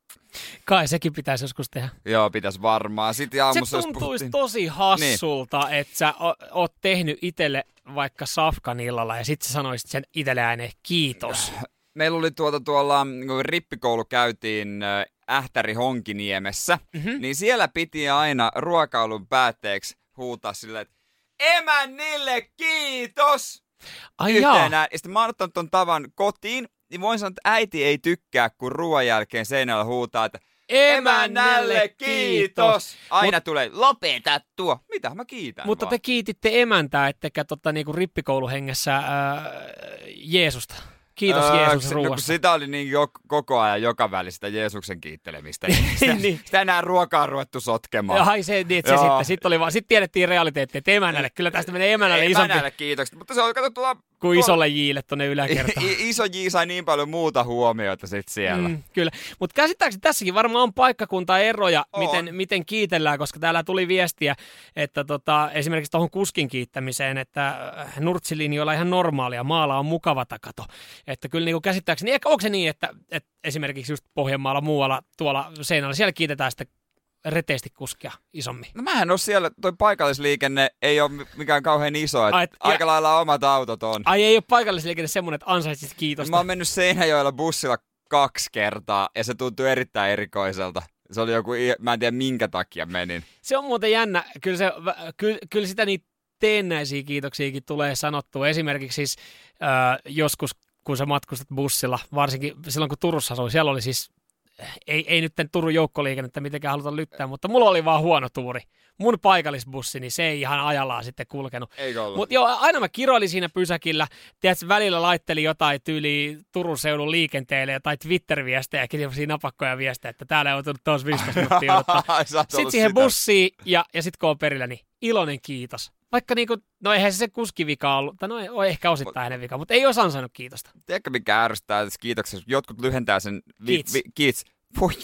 Kai sekin pitäisi joskus tehdä. Joo, pitäisi varmaan. Sitten aamussa, se tuntuisi tosi hassulta, niin. että sä o- oot tehnyt itselle vaikka safkan illalla ja sitten sä sanoisit sen itselle ääneen kiitos. Meillä oli tuota tuolla, kun rippikoulu käytiin Ähtäri Honkiniemessä, mm-hmm. niin siellä piti aina ruokailun päätteeksi huutaa silleen, että emännille kiitos! Ai yhteenään. Ja sitten mä oon ottanut ton tavan kotiin, niin voin sanoa, että äiti ei tykkää, kun ruoan jälkeen seinällä huutaa, että emännälle kiitos! Aina Mut, tulee, lopeta tuo. Mitä mä kiitän Mutta vaan. te kiititte emäntää, ettekä totta niinku rippikouluhengessä ää, Jeesusta. Kiitos öö, Jeesus se, ruuasta. No, sitä oli niin jo, koko ajan joka väli sitä Jeesuksen kiittelemistä. Sitä, niin. sitä enää ruokaa ruvettu sotkemaan. Ai se, niin, se sitten. Sitten oli vaan, sit tiedettiin realiteetti, että emännälle. Kyllä tästä menee emännälle isompi. Emännälle kiitokset, mutta se oli kato tuolla... Kuin isolle Jille tuonne yläkertaan. Iso J sai niin paljon muuta huomiota sitten siellä. Mm, kyllä, mutta käsittääkseni tässäkin varmaan on paikkakuntaeroja, miten, miten kiitellään, koska täällä tuli viestiä, että tota, esimerkiksi tuohon kuskin kiittämiseen, että nurtsilinjoilla ihan normaalia, maalla on mukava takato. Että kyllä niin kuin käsittääkseni, ehkä onko se niin, että, että esimerkiksi just Pohjanmaalla muualla tuolla seinällä, siellä kiitetään sitä reteesti kuskia isommin. No mähän on siellä, toi paikallisliikenne ei ole mikään kauhean iso, että Ai, et, aika ja, lailla omat autot on. Ai ei ole paikallisliikenne semmoinen, että ansaisit kiitosta. Mä oon mennyt Seinäjoella bussilla kaksi kertaa ja se tuntui erittäin erikoiselta. Se oli joku, mä en tiedä minkä takia menin. Se on muuten jännä, kyllä, se, kyllä, kyllä sitä niitä teennäisiä kiitoksiakin tulee sanottua. Esimerkiksi siis äh, joskus, kun sä matkustat bussilla, varsinkin silloin kun Turussa asui, siellä oli siis Ei, ei nyt Turun joukkoliikennettä mitenkään haluta lyttää, mutta mulla oli vaan huono tuuri. Mun paikallisbussi, niin se ei ihan ajallaan sitten kulkenut. Eikö ollut? Mutta joo, aina mä kiroilin siinä pysäkillä. Tiedätkö, välillä laittelin jotain tyyliä Turun seudun liikenteelle, jotain Twitter-viestejä, siinä napakkoja viestejä, että täällä ei ole tullut tuossa viisitoista minuuttia odottaa. Sitten siihen sitä. bussiin, ja, ja sitten kun on perillä, niin iloinen kiitos. Vaikka niinku, no eihän se se kuskivika ollut, tai no ei, ehkä osittain hänen vika, mutta ei olisi ansainnut kiitosta. Tiedätkö mikä ärsyttää tässä kiitoksessa? Jotkut lyhentää sen vi- kiits. Vi- kiits. Voi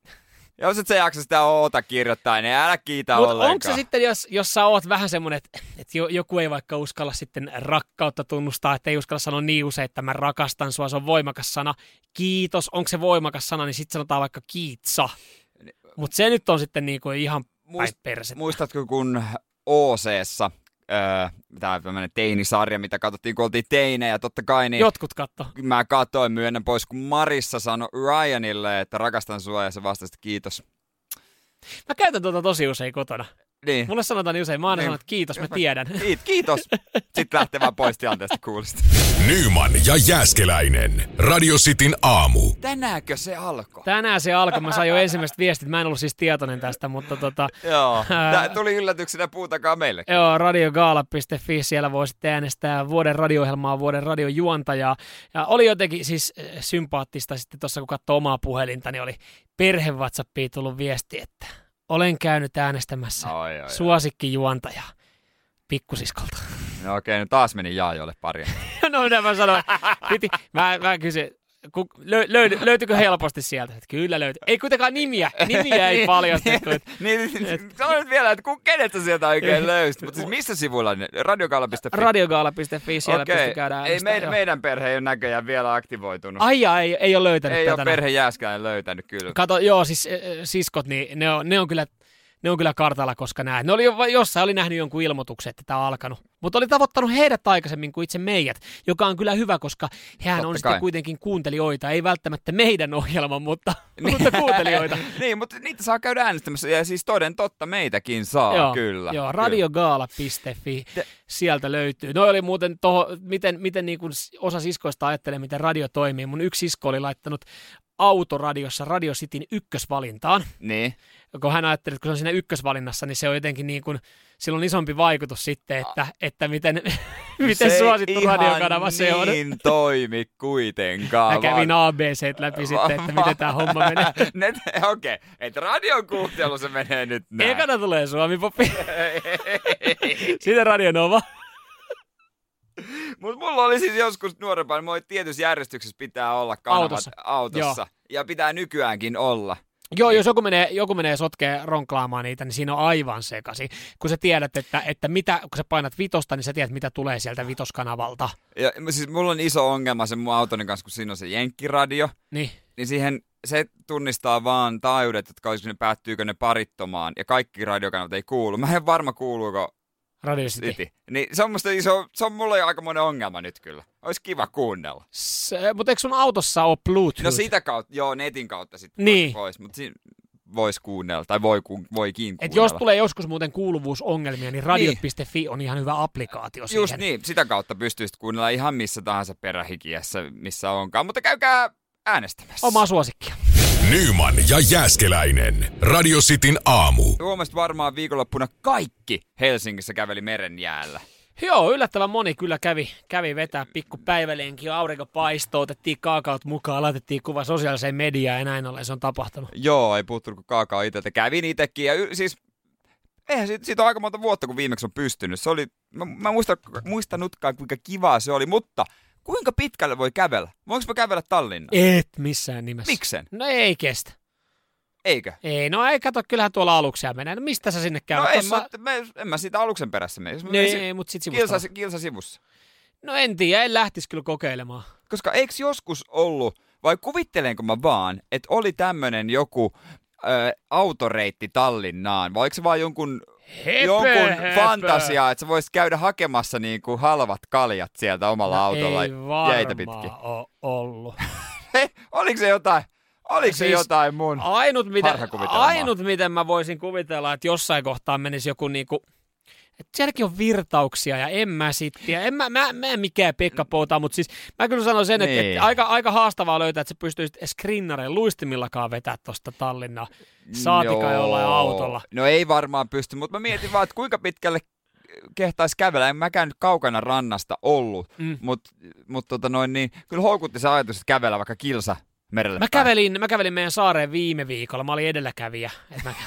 jos et sä jaksa sitä oota kirjoittaa, niin älä kiitä Mut ollenkaan. Onko se sitten, jos, jos sä oot vähän semmoinen, että, että joku ei vaikka uskalla sitten rakkautta tunnustaa, että ei uskalla sanoa niin usein, että mä rakastan sua, se on voimakas sana. Kiitos, onko se voimakas sana, niin sitten sanotaan vaikka kiitsa. Mutta se nyt on sitten niinku ihan päin persettä. Muistatko, kun O C:ssa Öö, tämä tämmöinen teinisarja, mitä katsottiin, kun oltiin teinejä, totta kai. Niin jotkut katto. Mä katsoin myönnän pois, kun Marissa sanoi Ryanille, että rakastan sua, ja se vastasi, kiitos. Mä käytän tuota tosi usein kotona. Niin. Mulle sanotaan niin usein, mä aina niin. sanon, että kiitos, mä tiedän. Kiitos. Sitten lähtee vaan pois tilanteesta kuulista. Nyman ja Jääskeläinen. Radio Cityn aamu. Tänäänkö se alkoi? Tänään se alkoi. Mä sain jo ensimmäiset viestit. Mä en ollut siis tietoinen tästä, mutta tota... Joo, tää tuli yllätyksenä puutakaan meillekin. Joo, radiogaala piste fi. Siellä voi sitten äänestää vuoden radio-ohjelmaa, vuoden radiojuontajaa. Ja oli jotenkin siis sympaattista sitten tuossa, kun katsoi omaa puhelinta, niin oli perhe-WhatsAppiin tullut viesti, että olen käynyt äänestämässä ai, ai, suosikkijuontajaa pikkusiskolta. No okei, no taas meni Jaajolle pari. No mitä mä sanoin. Piti, mä, mä kysyin, ku, lö, löy, löytyykö helposti sieltä? Että kyllä löytyy. Ei kuitenkaan nimiä. Nimiä ei paljastettu. Niin, sanoit vielä, että kenestä sieltä oikein löysit. Mutta siis missä sivuilla? radiogaala piste fi. radiogaala piste fi, siellä okay. pystyy käydä äänestämään. Ei meidän, meidän perhe ei ole näköjään vielä aktivoitunut. Ai ja, ei, ei ole löytänyt ei tätä. Ei ole perhe Jääskeläinen löytänyt kyllä. Kato, joo, siis siskot, niin ne on, ne on kyllä... Ne on kyllä kartalla, koska nää. Ne oli jo, jossain oli nähnyt jonkun ilmoituksen, että tämä on alkanut. Mutta oli tavoittanut heidät aikaisemmin kuin itse meidät, joka on kyllä hyvä, koska hän on sitten kuitenkin kuuntelijoita. Ei välttämättä meidän ohjelman, mutta, mutta kuuntelijoita. Niin, mutta niitä saa käydä äänestämässä. Ja siis toden totta meitäkin saa, joo, kyllä. Joo, radiogaala piste fi. Te... Sieltä löytyy. No oli muuten toho, miten, miten niin kuin osa siskoista ajattelee, miten radio toimii. Mun yksi sisko oli laittanut autoradiossa Radio Cityn ykkösvalintaan. Niin. Kun hän ajatteli, että kun se on siinä ykkösvalinnassa, niin se on jotenkin niin kuin, sillä on isompi vaikutus sitten, että, että miten, miten suosittu radiokanava se on. Se ei niin toimi kuitenkaan. Mä kävin A B C läpi sitten, että miten tämä homma menee. Okei, okay. Että radion kuuntelu se menee nyt näin. Ekana tulee Suomi-popi. Sitten Radio Nova. Mutta mulla oli siis joskus nuorempana, moi tietyssä järjestyksessä pitää olla kanavat autossa, autossa. Ja pitää nykyäänkin olla. Joo, jos joku menee, joku menee sotkeen ronklaamaan niitä, niin siinä on aivan sekaisin. Kun sä tiedät, että, että mitä, kun sä painat vitosta, niin sä tiedät, mitä tulee sieltä vitoskanavalta. Ja siis mulla on iso ongelma sen mun autonin kanssa, kun siinä on se jenkkiradio. Niin. niin siihen se tunnistaa vaan taajuudet, jotka olisi, ne päättyykö ne parittomaan, ja kaikki radiokanavat ei kuulu. Mä en varma, kuuluuko Radio City. Niin se on, musta iso, se on mulle aikamoinen ongelma nyt kyllä. Olisi kiva kuunnella. Se, mutta eikö sun autossa ole Bluetooth? No sitä kautta, joo, netin kautta sitten niin. voisi, mutta siinä voisi kuunnella, tai voi, voikin kuunnella. Et jos tulee joskus muuten kuuluvuusongelmia, niin radiot piste fi on ihan hyvä applikaatio siihen. Just niin, sitä kautta pystyisit kuunnella ihan missä tahansa perähikiässä, missä onkaan, mutta käykää äänestämässä. Omaa suosikkia. Nyman ja Jääskeläinen. Radio Cityn aamu. Huomasit varmaan viikonloppuna kaikki Helsingissä käveli meren jäällä. Joo, yllättävän moni kyllä kävi, kävi vetää pikku päivälenki, aurinko paistoi, otettiin kaakaot mukaan, laitettiin kuva sosiaaliseen mediaan ja näin ollen se on tapahtunut. Joo, ei puuttunut kuin kaakao itseltä. Kävin itsekin ja y- siis eihän siitä, siitä on aika monta vuotta, kun viimeksi on pystynyt. Se oli, mä, mä muistan, muistanutkaan kuinka kivaa se oli, mutta kuinka pitkälle voi kävellä? Voinko mä kävellä Tallinnaan? Et missään nimessä. Miksen? No ei kestä. Eikö? Ei, no ei, kato, kyllähän tuolla aluksia menee. No mistä sä sinne käyt? No Tossa... en, mä, en mä siitä aluksen perässä mene. No ei, ei, mutta sit sivusta. Kilsa, kilsa sivussa. No en tiedä, en lähtisi kyllä kokeilemaan. Koska eikö joskus ollut, vai kuvittelenko mä vaan, että oli tämmönen joku ö, autoreitti Tallinnaan, vai oliko se vaan jonkun, Hepö, jonkun hepö. fantasia, että sä voisit käydä hakemassa niinku halvat kaljat sieltä omalla no autolla jäitä pitkin. pitkin? Ei varmaan ollut. Hei, oliko se jotain? Oliko se siis jotain mun ainut, mitä, ainut, miten mä voisin kuvitella, että jossain kohtaa menisi joku niinku, että sielläkin on virtauksia ja en mä sittiä. En mä, mä, mä en mikään Pekka Pouta, mutta siis mä kyllä sanon sen, että, niin. että aika, aika haastavaa löytää, että sä pystyisit skrinnareen luistimillakaan vetää tosta Tallinnaan. Saatika jollain autolla. No ei varmaan pysty, mutta mä mietin vaan, että kuinka pitkälle kehtaisi kävellä. En mäkään nyt kaukana rannasta ollut, mm. mutta mut tota noin niin, kyllä houkutti se ajatus, että kävellä vaikka kilsa merelle Mä kävelin, mä kävelin meidän saareen viime viikolla. Mä olin edelläkävijä. Et mä...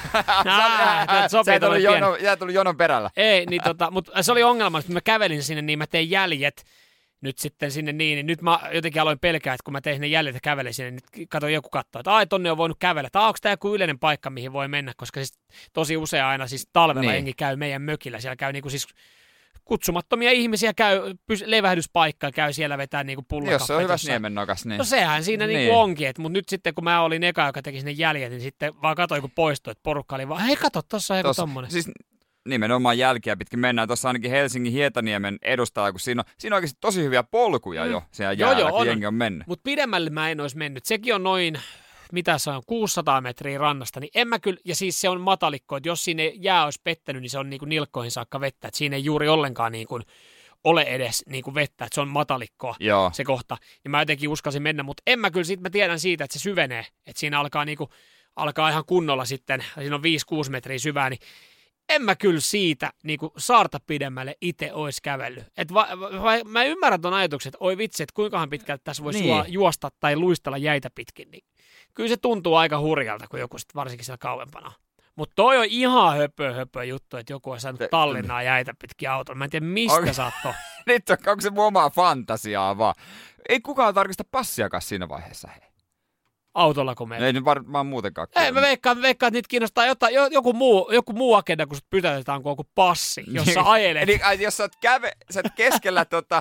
Nää, sä et ollut jonon, jonon perällä. Ei, niin tota, mutta se oli ongelma, että mä kävelin sinne, niin mä tein jäljet nyt sitten sinne niin, niin nyt mä jotenkin aloin pelkää, että kun mä tein ne jäljet ja kävelin sinne, niin katsoin joku katsoi, että ai tonne on voinut kävellä. Tai onko tämä joku yleinen paikka, mihin voi mennä, koska siis tosi usein aina siis talvella niin. Jengi käy meidän mökillä. Siellä käy niinku siis kutsumattomia ihmisiä, käy levähdyspaikkaa, käy siellä vetää niinku pullakaffet. Jos se on hyvässä niemennokas, niin. No sehän siinä niin. niinku onkin, mutta nyt sitten kun mä olin eka, joka teki sinne jäljet, niin sitten vaan katsoin, kun poistui, että porukka oli vaan, hei kato, tossa on joku tommonen. Siis nimenomaan jälkiä pitkin mennään. Tuossa ainakin Helsingin Hietaniemen edustalla, kun siinä on, siinä on oikeasti tosi hyviä polkuja mm. jo siellä jäällä, joo, joo, kun on. Jengi on mennyt. Mutta pidemmälle mä en olisi mennyt. Sekin on noin, mitä se on, kuusisataa metriä rannasta, niin en mä kyllä, ja siis se on matalikko, että jos sinne jää olisi pettänyt, niin se on niinku nilkkoihin saakka vettä, että siinä ei juuri ollenkaan niinku ole edes niinku vettä, että se on matalikkoa joo. se kohta. Niin mä jotenkin uskalsin mennä, mutta en mä kyllä, sit mä tiedän siitä, että se syvenee, että siinä alkaa niinku, alkaa ihan kunnolla sitten, siinä on viisi kuusi metriä syvää, niin en mä kyllä siitä niin kuin saarta pidemmälle itse olisi kävellyt. Et va, va, mä ymmärrän ton ajatuksen, että oi vitsi, että kuinkahan pitkältä tässä voisi niin. juosta tai luistella jäitä pitkin. Niin kyllä se tuntuu aika hurjalta, kun joku sitten varsinkin siellä kauempana. Mutta toi on ihan höpö höpö juttu, että joku on saanut Tallinnaan jäitä pitkin autolla. Mä en tiedä, mistä okay. sä oot to. Nyt on, onko se mun omaa fantasiaa vaan? Ei kukaan tarkista passiakaan siinä vaiheessa, hei. Autolla kun meillä. Ei nyt varmaan muutenkaan. Ei, mä veikkaan, veikkaan, että niitä kiinnostaa jotain, joku, muu, joku muu agenda, kun sut pytätetään, kun joku passi, jossa ajelet. Eli jos sä oot, käve, sä oot keskellä, tota,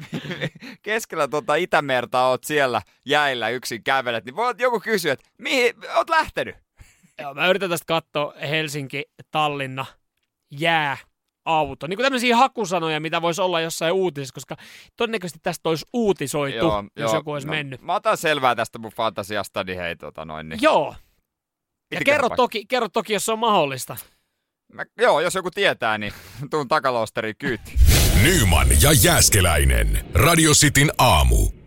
keskellä tota Itämerta, oot siellä jäillä yksin kävelet, niin voi joku kysyä, että mihin oot lähtenyt? Joo, mä yritän tästä katsoa Helsinki, Tallinna, jää, auto. Niin kuin tämmöisiä hakusanoja, mitä voisi olla jossain uutisissa, koska todennäköisesti tästä olisi uutisoitu, joo, jos joo, joku olisi no, mennyt. Mä otan selvää tästä mun fantasiasta, niin hei tota noin. Niin. Joo. Ja kerro toki, kerro toki, jos se on mahdollista. Mä, joo, jos joku tietää, niin tuun takaloosteriin kyytiin. Nyman ja Jääskeläinen. Radio Cityn aamu.